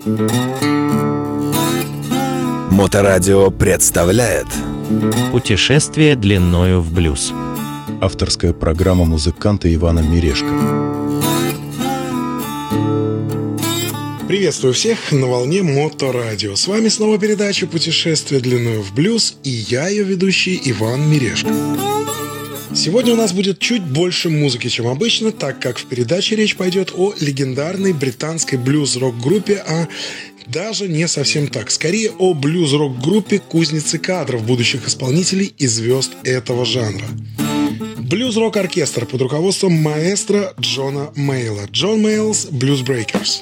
Моторадио представляет «Путешествие длиною в блюз». Авторская программа музыканта Ивана Мирешко. Приветствую всех на волне Моторадио. С вами снова передача «Путешествие длиною в блюз» и я, ее ведущий Иван Мирешко. Сегодня у нас будет чуть больше музыки, чем обычно, так как в передаче речь пойдет о легендарной британской блюз-рок-группе, а даже не совсем так. Скорее о блюз-рок-группе кузницы кадров будущих исполнителей и звезд этого жанра. Блюз-рок-оркестр под руководством маэстро Джона Мейла. Джон Мейл's Blues Breakers.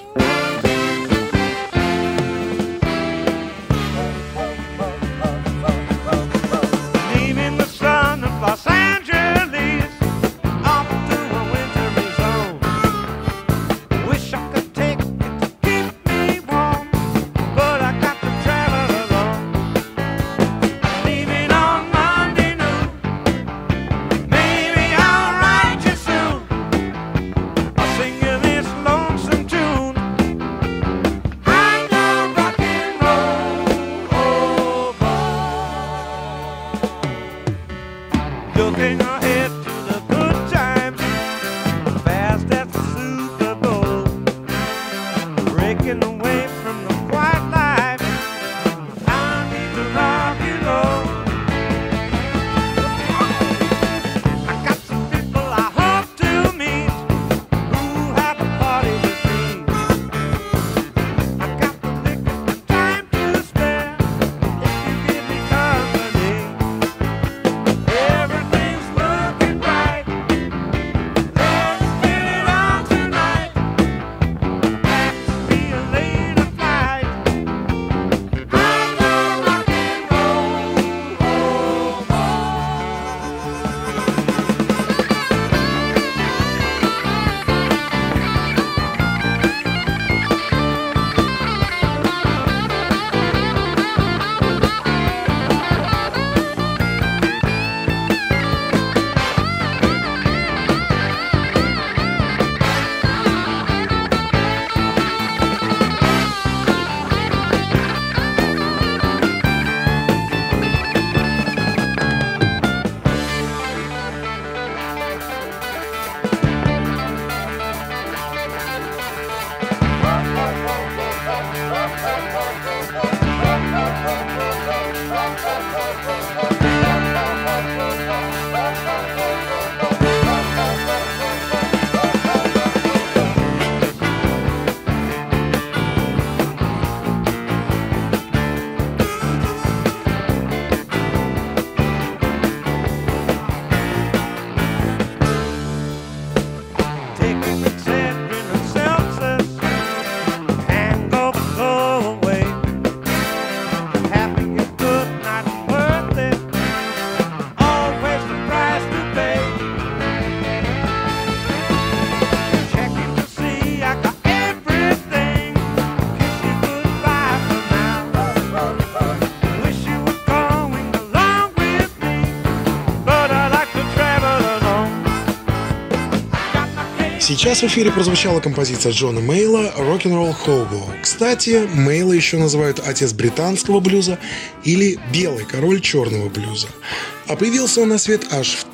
Сейчас в эфире прозвучала композиция Джона Мейла «Rock'n'Roll Hobo». Кстати, Мейла еще называют отец британского блюза или белый король черного блюза. А появился он на свет аж в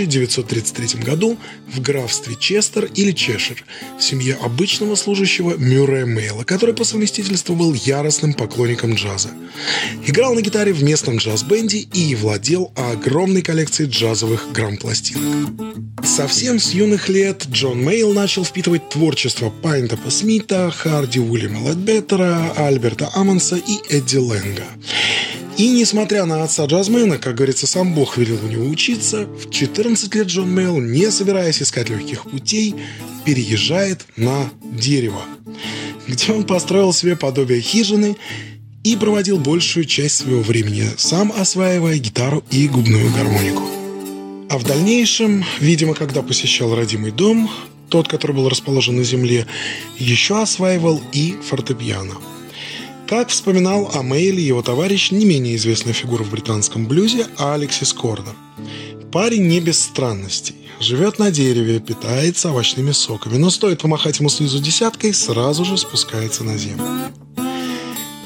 1933 году в графстве Честер или Чешир в семье обычного служащего Мюррея Мейла, который по совместительству был яростным поклонником джаза. Играл на гитаре в местном джаз-бенде и владел огромной коллекцией джазовых грамм-пластинок. Совсем с юных лет Джон Мейл начал впитывать творчество Пайнтопа Смита, Харди Уильяма Ледбеттера, Альберта Аммонса и Эдди Лэнга. И несмотря на отца джазмена, как говорится, сам Бог велел у него учиться, в 14 лет Джон Мейл, не собираясь искать легких путей, переезжает на дерево, где он построил себе подобие хижины и проводил большую часть своего времени, сам осваивая гитару и губную гармонику. А в дальнейшем, видимо, когда посещал родимый дом, тот, который был расположен на земле, еще осваивал и фортепиано. Как вспоминал о Мейле его товарищ, не менее известная фигура в британском блюзе, Алексис Кордон. Парень не без странностей. Живет на дереве, питается овощными соками, но стоит помахать ему снизу десяткой, сразу же спускается на землю.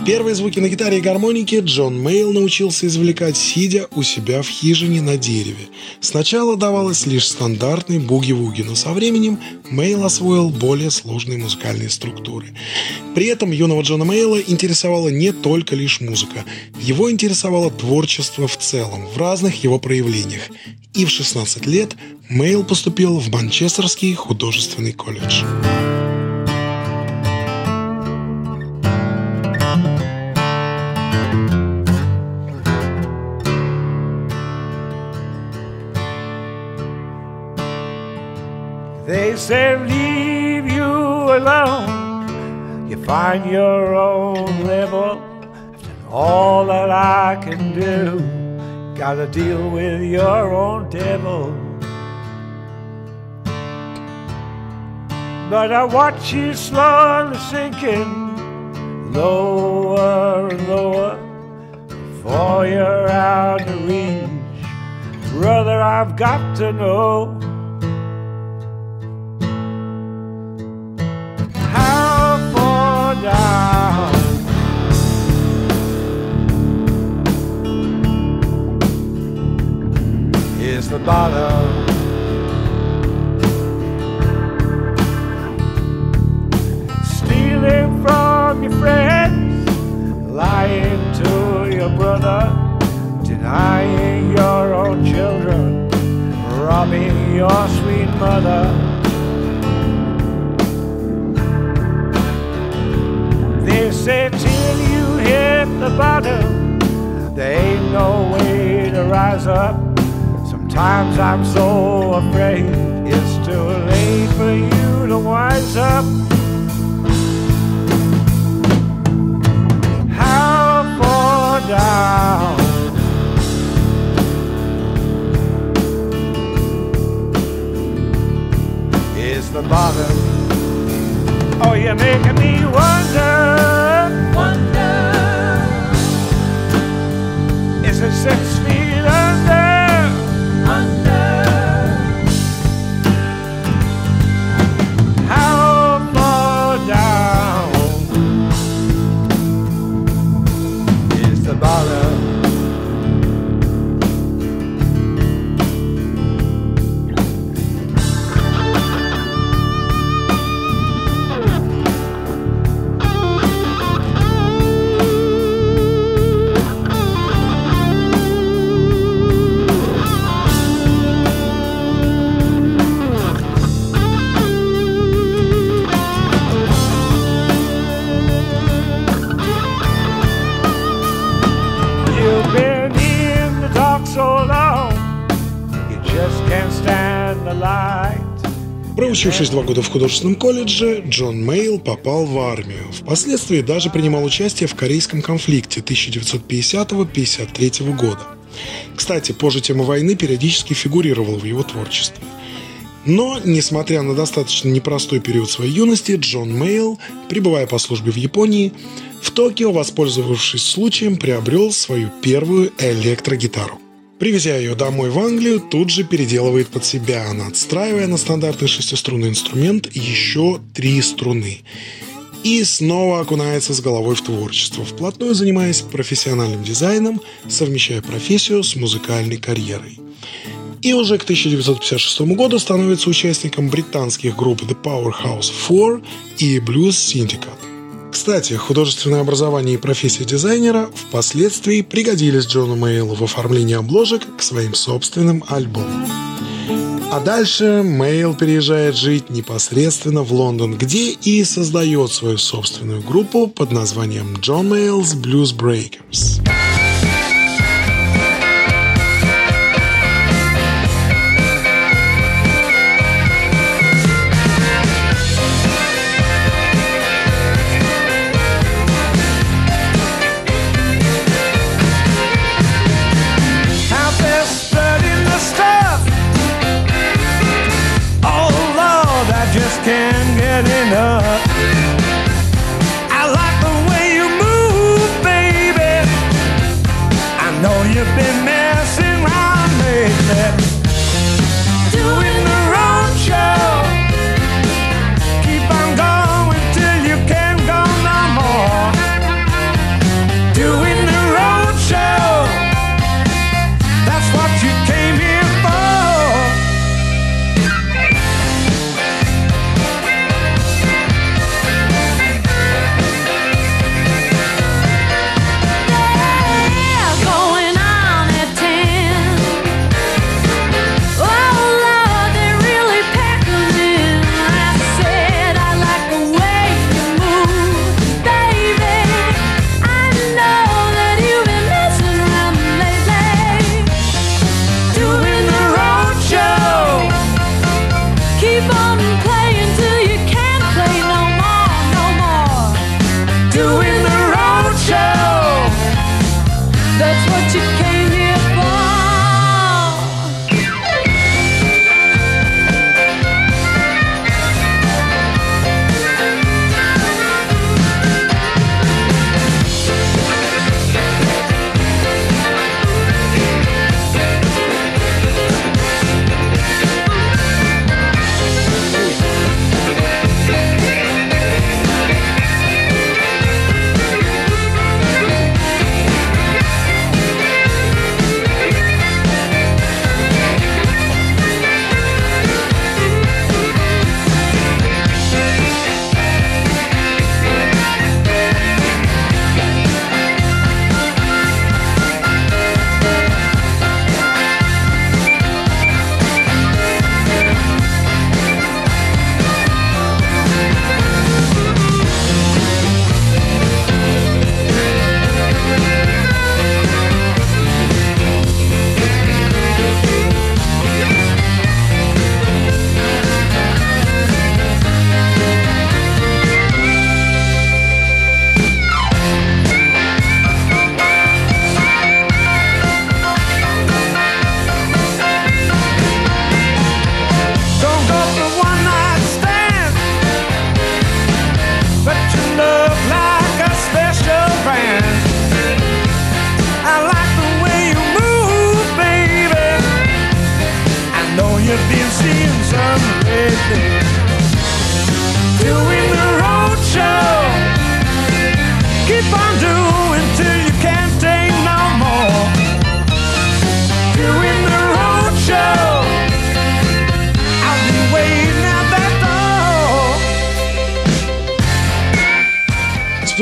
Первые звуки на гитаре и гармонике Джон Мейл научился извлекать, сидя у себя в хижине на дереве. Сначала давалось лишь стандартный буги-вуги, но со временем Мейл освоил более сложные музыкальные структуры. При этом юного Джона Мейла интересовала не только лишь музыка. Его интересовало творчество в целом, в разных его проявлениях. И в 16 лет Мейл поступил в Манчестерский художественный колледж. They say leave you alone, you find your own level. All that I can do, gotta deal with your own devil. But I watch you slowly sinking lower and lower before you're out of reach. Brother, I've got to know, how far down is the bottom? Stealing from your friends, lying to your brother, denying your own children, robbing your sweet mother. They say till you hit the bottom, there ain't no way to rise up. Sometimes I'm so afraid it's too late for you to wise up. How far down is the bottom? Oh, you're making me wonder. Is it 6 feet under? How far down is the bottom? Проучившись 2 года в художественном колледже, Джон Мейл попал в армию. Впоследствии даже принимал участие в Корейском конфликте 1950-53 года. Кстати, позже тема войны периодически фигурировала в его творчестве. Но, несмотря на достаточно непростой период своей юности, Джон Мейл, пребывая по службе в Японии, в Токио, воспользовавшись случаем, приобрел свою первую электрогитару. Привезя ее домой в Англию, тут же переделывает под себя, надстраивая на стандартный 6-струнный инструмент еще 3 струны. И снова окунается с головой в творчество, вплотную занимаясь профессиональным дизайном, совмещая профессию с музыкальной карьерой. И уже к 1956 году становится участником британских групп The Powerhouse 4 и Blues Syndicate. Кстати, художественное образование и профессия дизайнера впоследствии пригодились Джону Мейлу в оформлении обложек к своим собственным альбомам. А дальше Мейл переезжает жить непосредственно в Лондон, где и создает свою собственную группу под названием John Mayall's Blues Breakers. Can't get enough. I like the way you move, baby.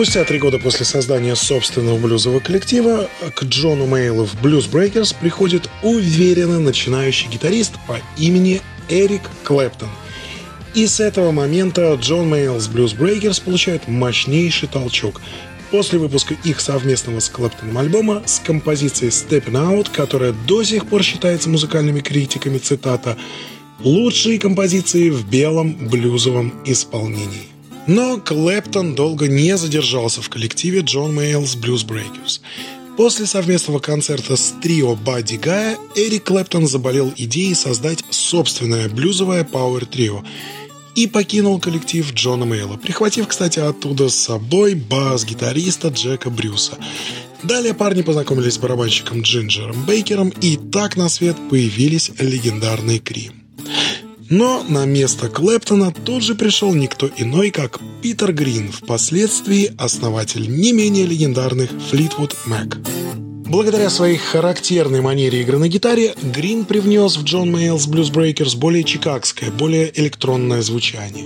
Спустя 3 года после создания собственного блюзового коллектива к Джону Мейлу в Blues Breakers приходит уверенно начинающий гитарист по имени Эрик Клэптон. И с этого момента Джон Мейл's Blues Breakers получает мощнейший толчок. После выпуска их совместного с Клэптоном альбома с композицией Steppin' Out, которая до сих пор считается музыкальными критиками, цитата, «лучшие композиции в белом блюзовом исполнении». Но Клэптон долго не задержался в коллективе Джон Мейл's Blues Breakers. После совместного концерта с трио Бадди Гая Эрик Клэптон заболел идеей создать собственное блюзовое пауэр-трио и покинул коллектив Джона Мейла, прихватив, кстати, оттуда с собой бас-гитариста Джека Брюса. Далее парни познакомились с барабанщиком Джинджером Бейкером, и так на свет появились легендарные Крим. Но на место Клэптона тут же пришел никто иной, как Питер Грин, впоследствии основатель не менее легендарных Fleetwood Mac. Благодаря своей характерной манере игры на гитаре, Грин привнес в John Mayall's Blues Breakers более чикагское, более электронное звучание.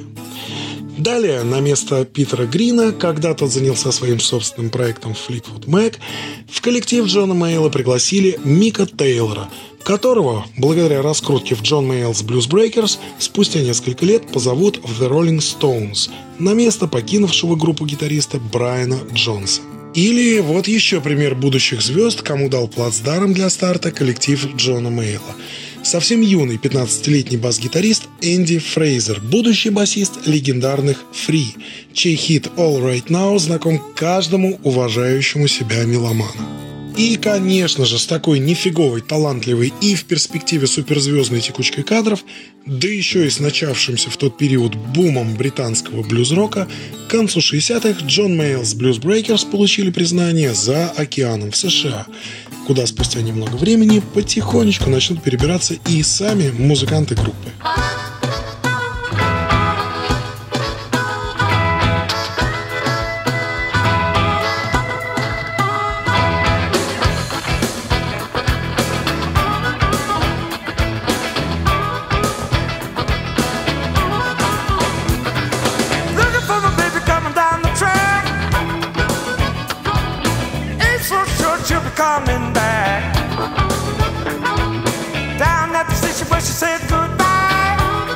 Далее на место Питера Грина, когда тот занялся своим собственным проектом Fleetwood Mac, в коллектив Джона Мейла пригласили Мика Тейлора, которого, благодаря раскрутке в John Mayall's Blues Breakers, спустя несколько лет позовут в The Rolling Stones на место покинувшего группу гитариста Брайана Джонса. Или вот еще пример будущих звезд, кому дал плацдарм для старта коллектив Джона Мейла. Совсем юный 15-летний бас-гитарист Энди Фрейзер, будущий басист легендарных Free, чей хит All Right Now знаком каждому уважающему себя меломану. И, конечно же, с такой нифиговой, талантливой и в перспективе суперзвездной текучкой кадров, да еще и с начавшимся в тот период бумом британского блюз-рока, к концу 60-х John Mayall's Blues Breakers получили признание за океаном в США, куда спустя немного времени потихонечку начнут перебираться и сами музыканты группы. Coming back down at the station where she said goodbye.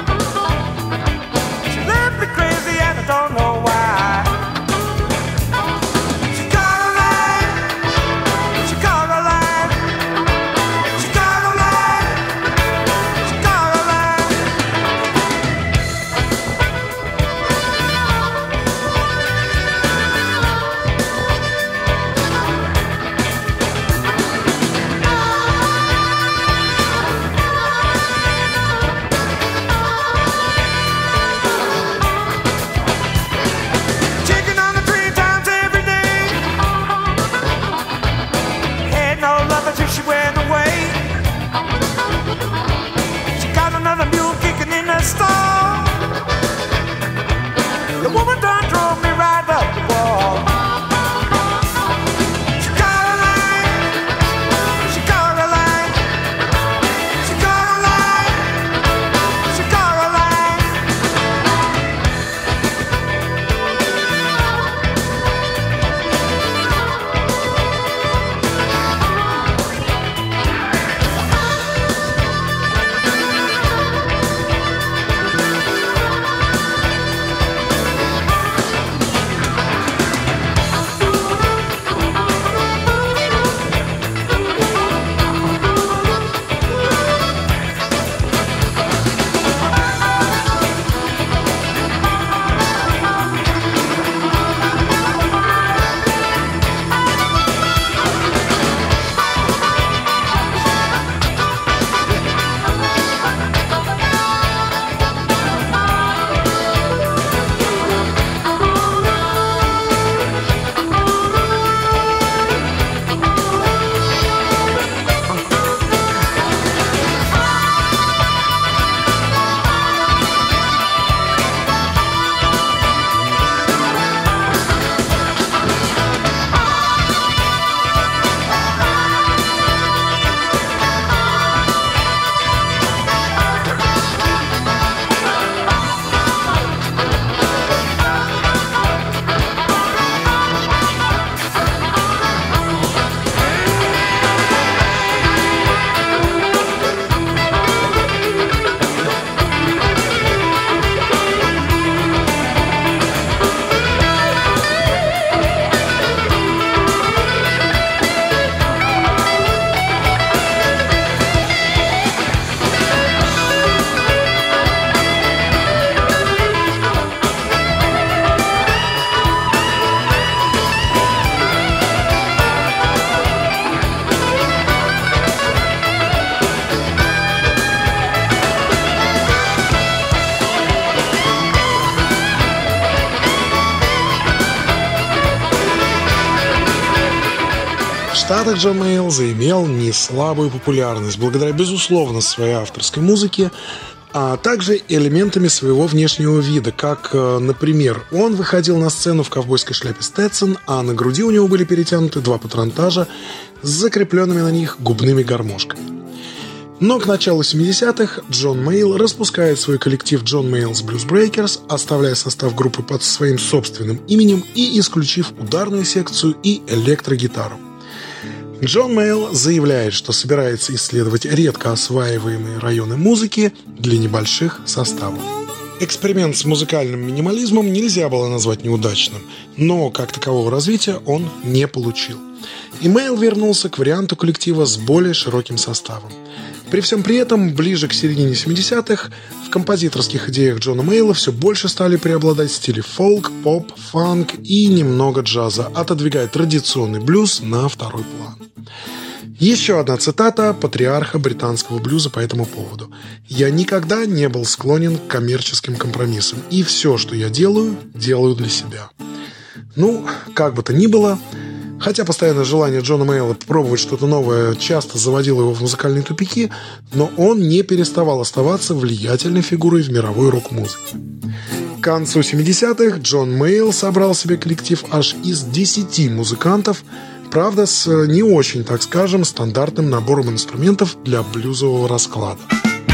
Штатах Джон Мейл заимел неслабую популярность благодаря, безусловно, своей авторской музыке, а также элементами своего внешнего вида, как, например, он выходил на сцену в ковбойской шляпе Сtetson, а на груди у него были перетянуты 2 патронтажа с закрепленными на них губными гармошками. Но к началу 70-х Джон Мейл распускает свой коллектив John Mayall's Blues Breakers, оставляя состав группы под своим собственным именем и исключив ударную секцию и электрогитару. Джон Мейл заявляет, что собирается исследовать редко осваиваемые районы музыки для небольших составов. Эксперимент с музыкальным минимализмом нельзя было назвать неудачным, но как такового развития он не получил. И Мейл вернулся к варианту коллектива с более широким составом. При всем при этом, ближе к середине 70-х, в композиторских идеях Джона Мейла все больше стали преобладать стили фолк, поп, фанк и немного джаза, отодвигая традиционный блюз на второй план. Еще одна цитата патриарха британского блюза по этому поводу. «Я никогда не был склонен к коммерческим компромиссам, и все, что я делаю, делаю для себя». Ну, как бы то ни было, хотя постоянное желание Джона Мейла попробовать что-то новое часто заводило его в музыкальные тупики, но он не переставал оставаться влиятельной фигурой в мировой рок-музыке. К концу 70-х Джон Мейл собрал себе коллектив аж из 10 музыкантов, правда, с не очень, так скажем, стандартным набором инструментов для блюзового расклада.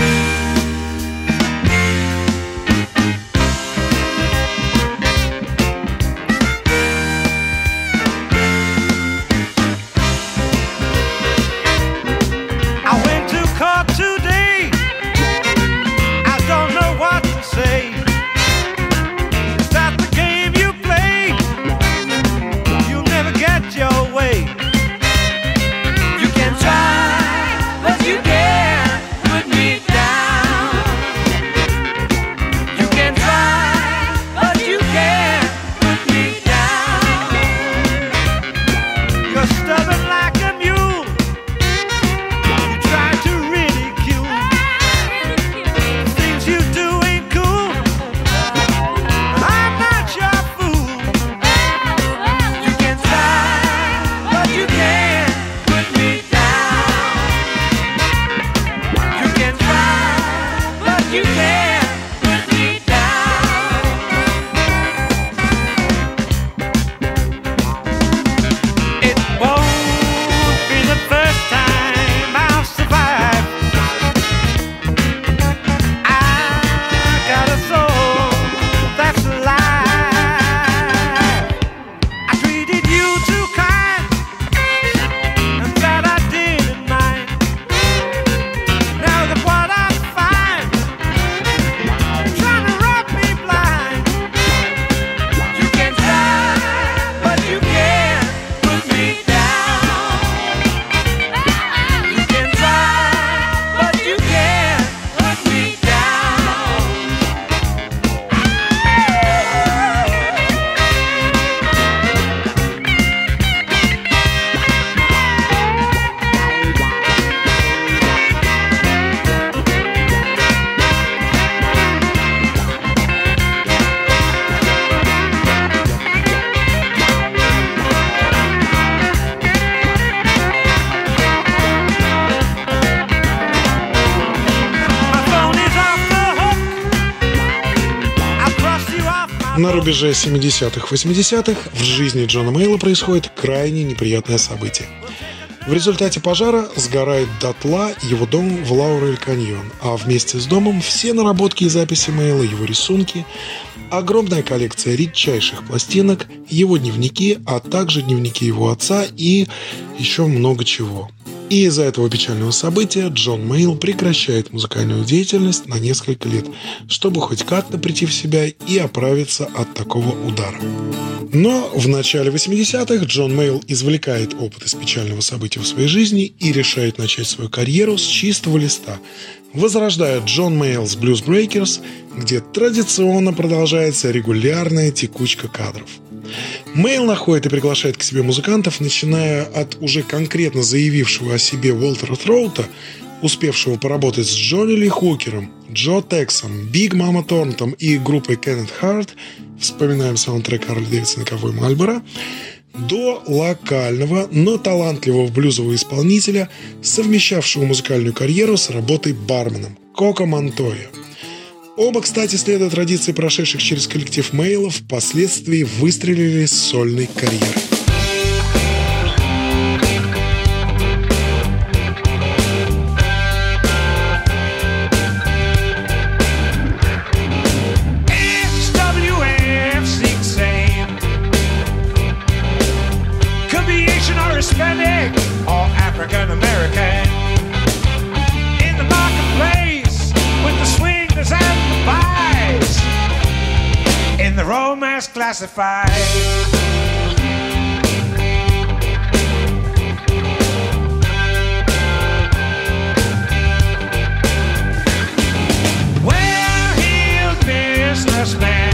На рубеже 70-х, 80-х в жизни Джона Мейла происходит крайне неприятное событие. В результате пожара сгорает дотла его дом в Лаурель-Каньон, а вместе с домом все наработки и записи Мейла, его рисунки, огромная коллекция редчайших пластинок, его дневники, а также дневники его отца и еще много чего. И из-за этого печального события Джон Мейл прекращает музыкальную деятельность на несколько лет, чтобы хоть как-то прийти в себя и оправиться от такого удара. Но в начале 80-х Джон Мейл извлекает опыт из печального события в своей жизни и решает начать свою карьеру с чистого листа, возрождая John Mayall's Blues Breakers, где традиционно продолжается регулярная текучка кадров. Мейл находит и приглашает к себе музыкантов, начиная от уже конкретно заявившего о себе Уолтера Троута, успевшего поработать с Джонни Ли Хукером, Джо Тексом, Биг Мама Торнтом и группой Кеннет Харт, вспоминаем саундтрек Харли Дэвидсона «Ковбой Мальборо», до локального, но талантливого блюзового исполнителя, совмещавшего музыкальную карьеру с работой барменом – Коко Монтойя. Оба, кстати, следуя традиции прошедших через коллектив Мейла, впоследствии выстрелили с сольной карьерой. Hispanic or African American in the marketplace with the swingers and the buys in the romance classified. Well-heeled businessman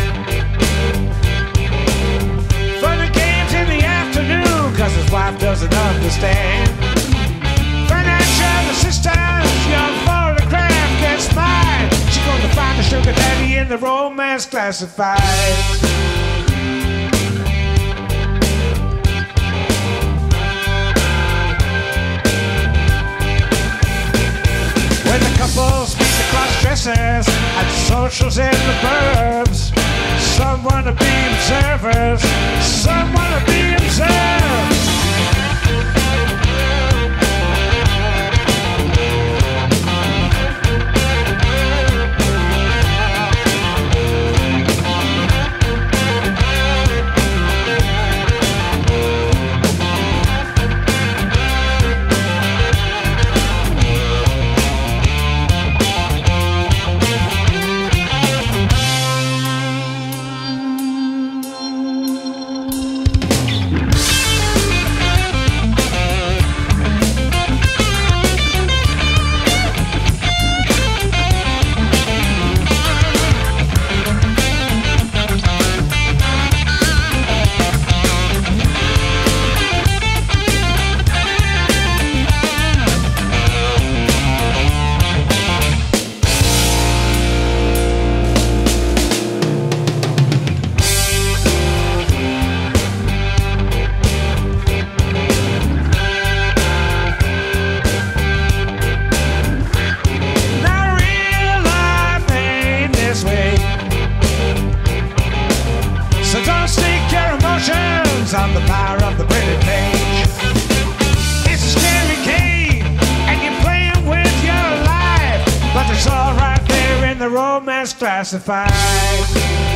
for the games in the afternoon, 'cause his wife doesn't understand. Financial assistance, young photograph gets mine. She's gonna find a sugar daddy in the romance classified. When the couples meet the cross-dressers at socials in the burbs, some wanna be observers, some wanna be observed. On the power of the printed page. It's a scary game, and you're playing with your life, but it's all right there in the romance classified.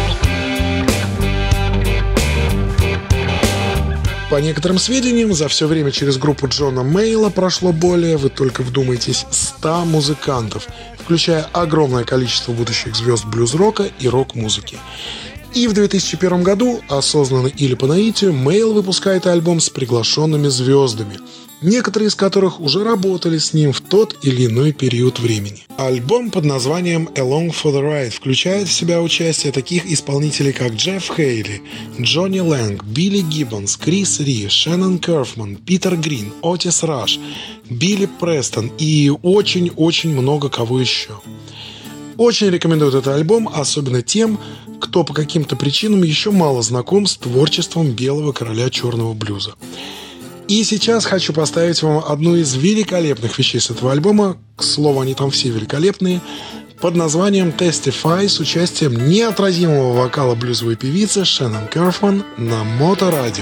По некоторым сведениям, за все время через группу Джона Мейла прошло более, вы только вдумайтесь, 100 музыкантов, включая огромное количество будущих звезд блюз-рока и рок-музыки. И в 2001 году, осознанно или по наитию, Мейл выпускает альбом с приглашенными звездами, некоторые из которых уже работали с ним в тот или иной период времени. Альбом под названием «Along for the Ride» включает в себя участие таких исполнителей, как Джефф Хейли, Джонни Лэнг, Билли Гиббонс, Крис Ри, Шеннон Керфман, Питер Грин, Отис Раш, Билли Престон и очень-очень много кого еще. Очень рекомендую этот альбом, особенно тем, кто по каким-то причинам еще мало знаком с творчеством белого короля черного блюза. И сейчас хочу поставить вам одну из великолепных вещей с этого альбома, к слову, они там все великолепные, под названием «Testify» с участием неотразимого вокала блюзовой певицы Шеннон Керфман на Моторадио.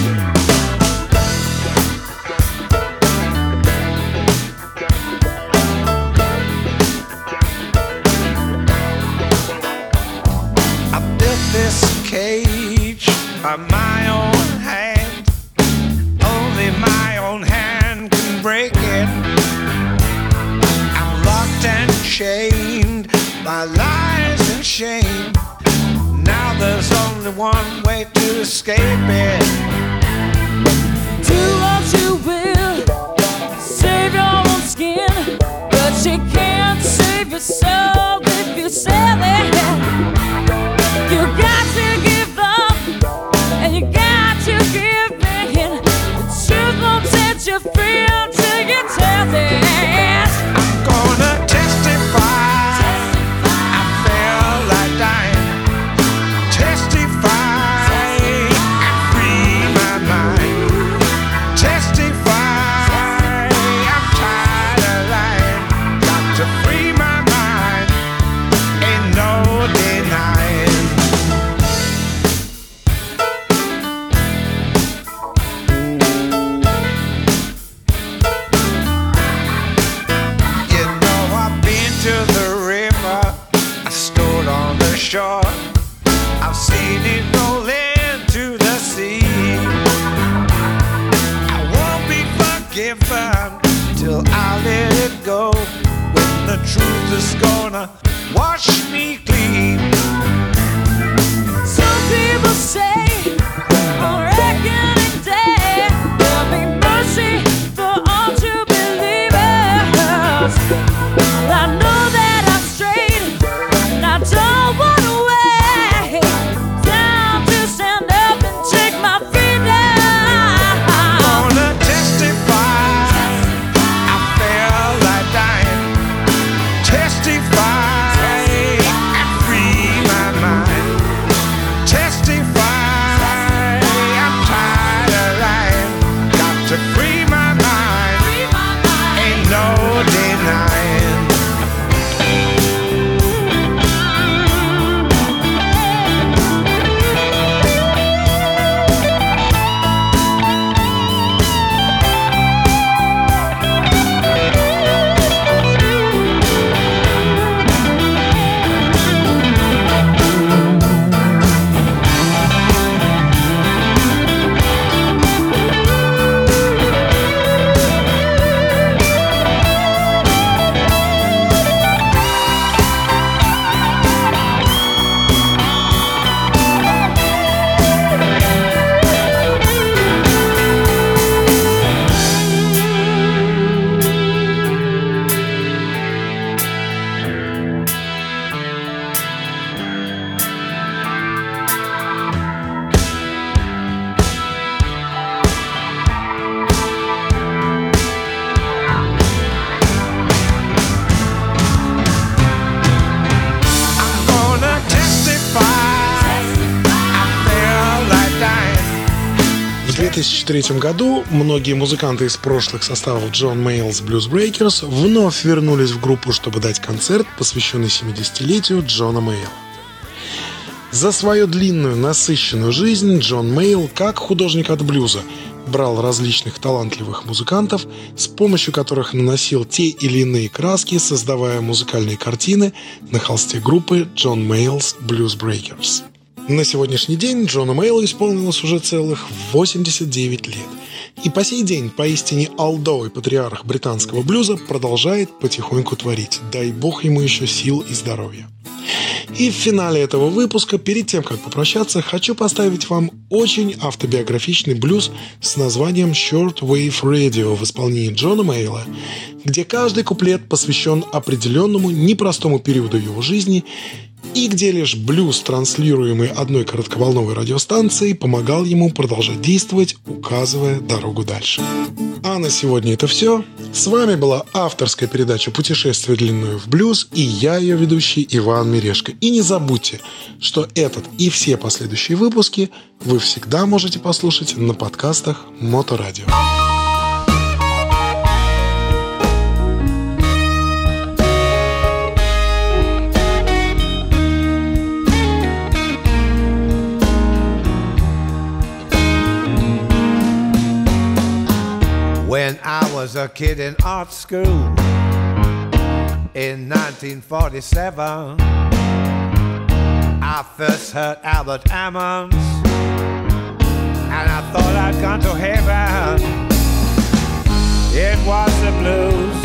By my own hand, only my own hand can break it. I'm locked and chained by lies and shame. Now there's only one way to escape it. Do what you will, save your own skin, but you can't save your soul if you sell it. You got to give up. And you got to give in. The truth won't set you free until you tell it. I'm gonna testify. I feel like dying. Testify. I free my mind. gonna wash me clean. Some people say on reckoning day there'll be mercy for all true believers. Well, I know that I'm straight and I don't want to wait down to stand up and take my freedom. Gonna testify, I feel like dying. Testify and free my mind. Testify, I'm tired of lying. Got to free my mind. Ain't no denying. В 2003 году многие музыканты из прошлых составов John Mayall's Blues Breakers вновь вернулись в группу, чтобы дать концерт, посвященный 70-летию Джона Мейла. За свою длинную, насыщенную жизнь Джон Мейл, как художник от блюза, брал различных талантливых музыкантов, с помощью которых наносил те или иные краски, создавая музыкальные картины на холсте группы John Mayall's Blues Breakers. На сегодняшний день Джону Мейлу исполнилось уже целых 89 лет. И по сей день поистине алдовый патриарх британского блюза продолжает потихоньку творить. Дай бог ему еще сил и здоровья. И в финале этого выпуска, перед тем, как попрощаться, хочу поставить вам очень автобиографичный блюз с названием Short Wave Radio в исполнении Джона Мейла, где каждый куплет посвящен определенному непростому периоду его жизни и где лишь блюз, транслируемый одной коротковолновой радиостанцией, помогал ему продолжать действовать, указывая дорогу дальше. А на сегодня это все. С вами была авторская передача «Путешествие длиною в блюз» и я, ее ведущий Иван Мирешко. И не забудьте, что этот и все последующие выпуски вы всегда можете послушать на подкастах Моторадио. When I was a kid in art school in 1947, I first heard Albert Ammons, and I thought I'd gone to heaven. It was the blues.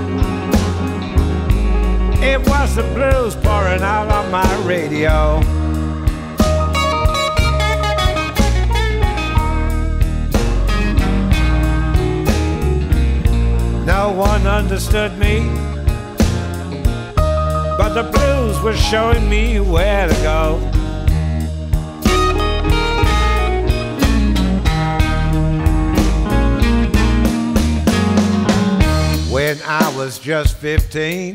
It was the blues pouring out on my radio. No one understood me, but the blues were showing me where to go. When I was just 15,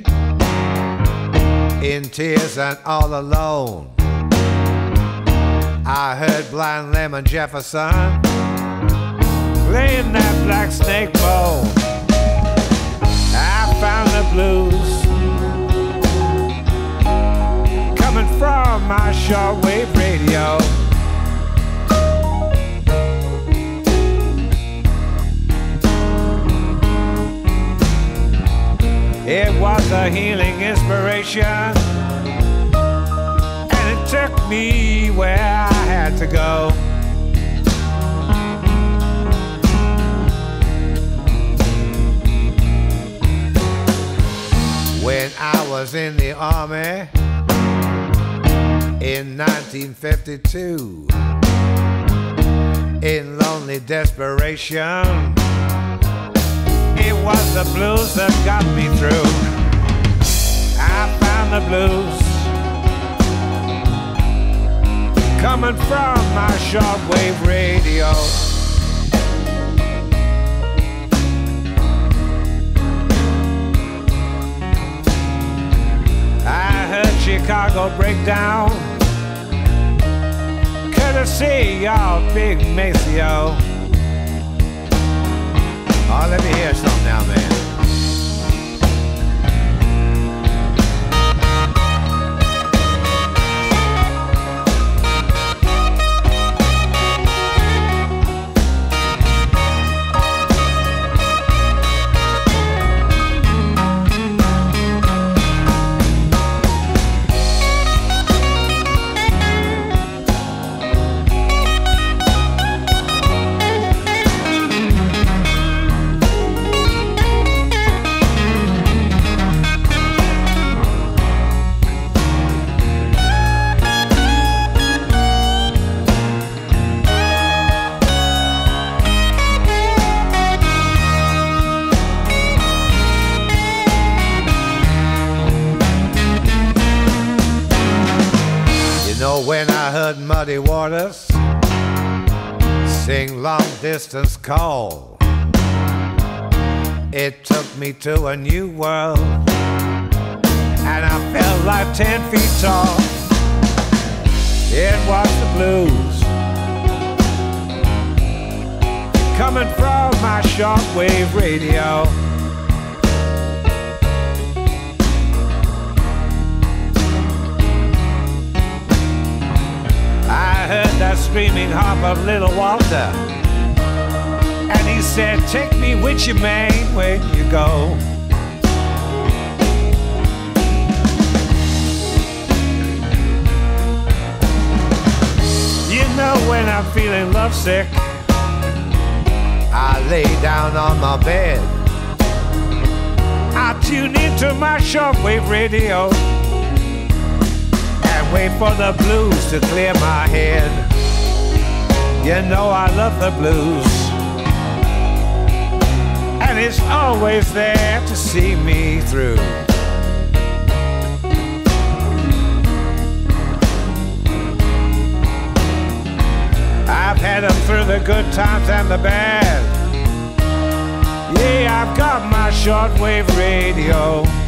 in tears and all alone, I heard Blind Lemon Jefferson playing that Black Snake bone. I found the blues coming from my shortwave radio. It was a healing inspiration, and it took me where I had to go. When when I was in the army in 1952. In lonely desperation, it was the blues that got me through. I found the blues coming from my shortwave radio. I heard Chicago break down, courtesy of Big Maceo. Oh, let me hear something now, man. When I heard Muddy Waters sing Long Distance Call, it took me to a new world, and I felt like 10 feet tall. It was the blues coming from my shortwave radio. I heard that screaming harp of Little Walter, and he said, take me with you, man, where you go. You know when I'm feeling lovesick, I lay down on my bed, I tune into my shortwave radio, wait for the blues to clear my head. You know I love the blues, and it's always there to see me through. I've had them through the good times and the bad. Yeah, I've got my shortwave radio.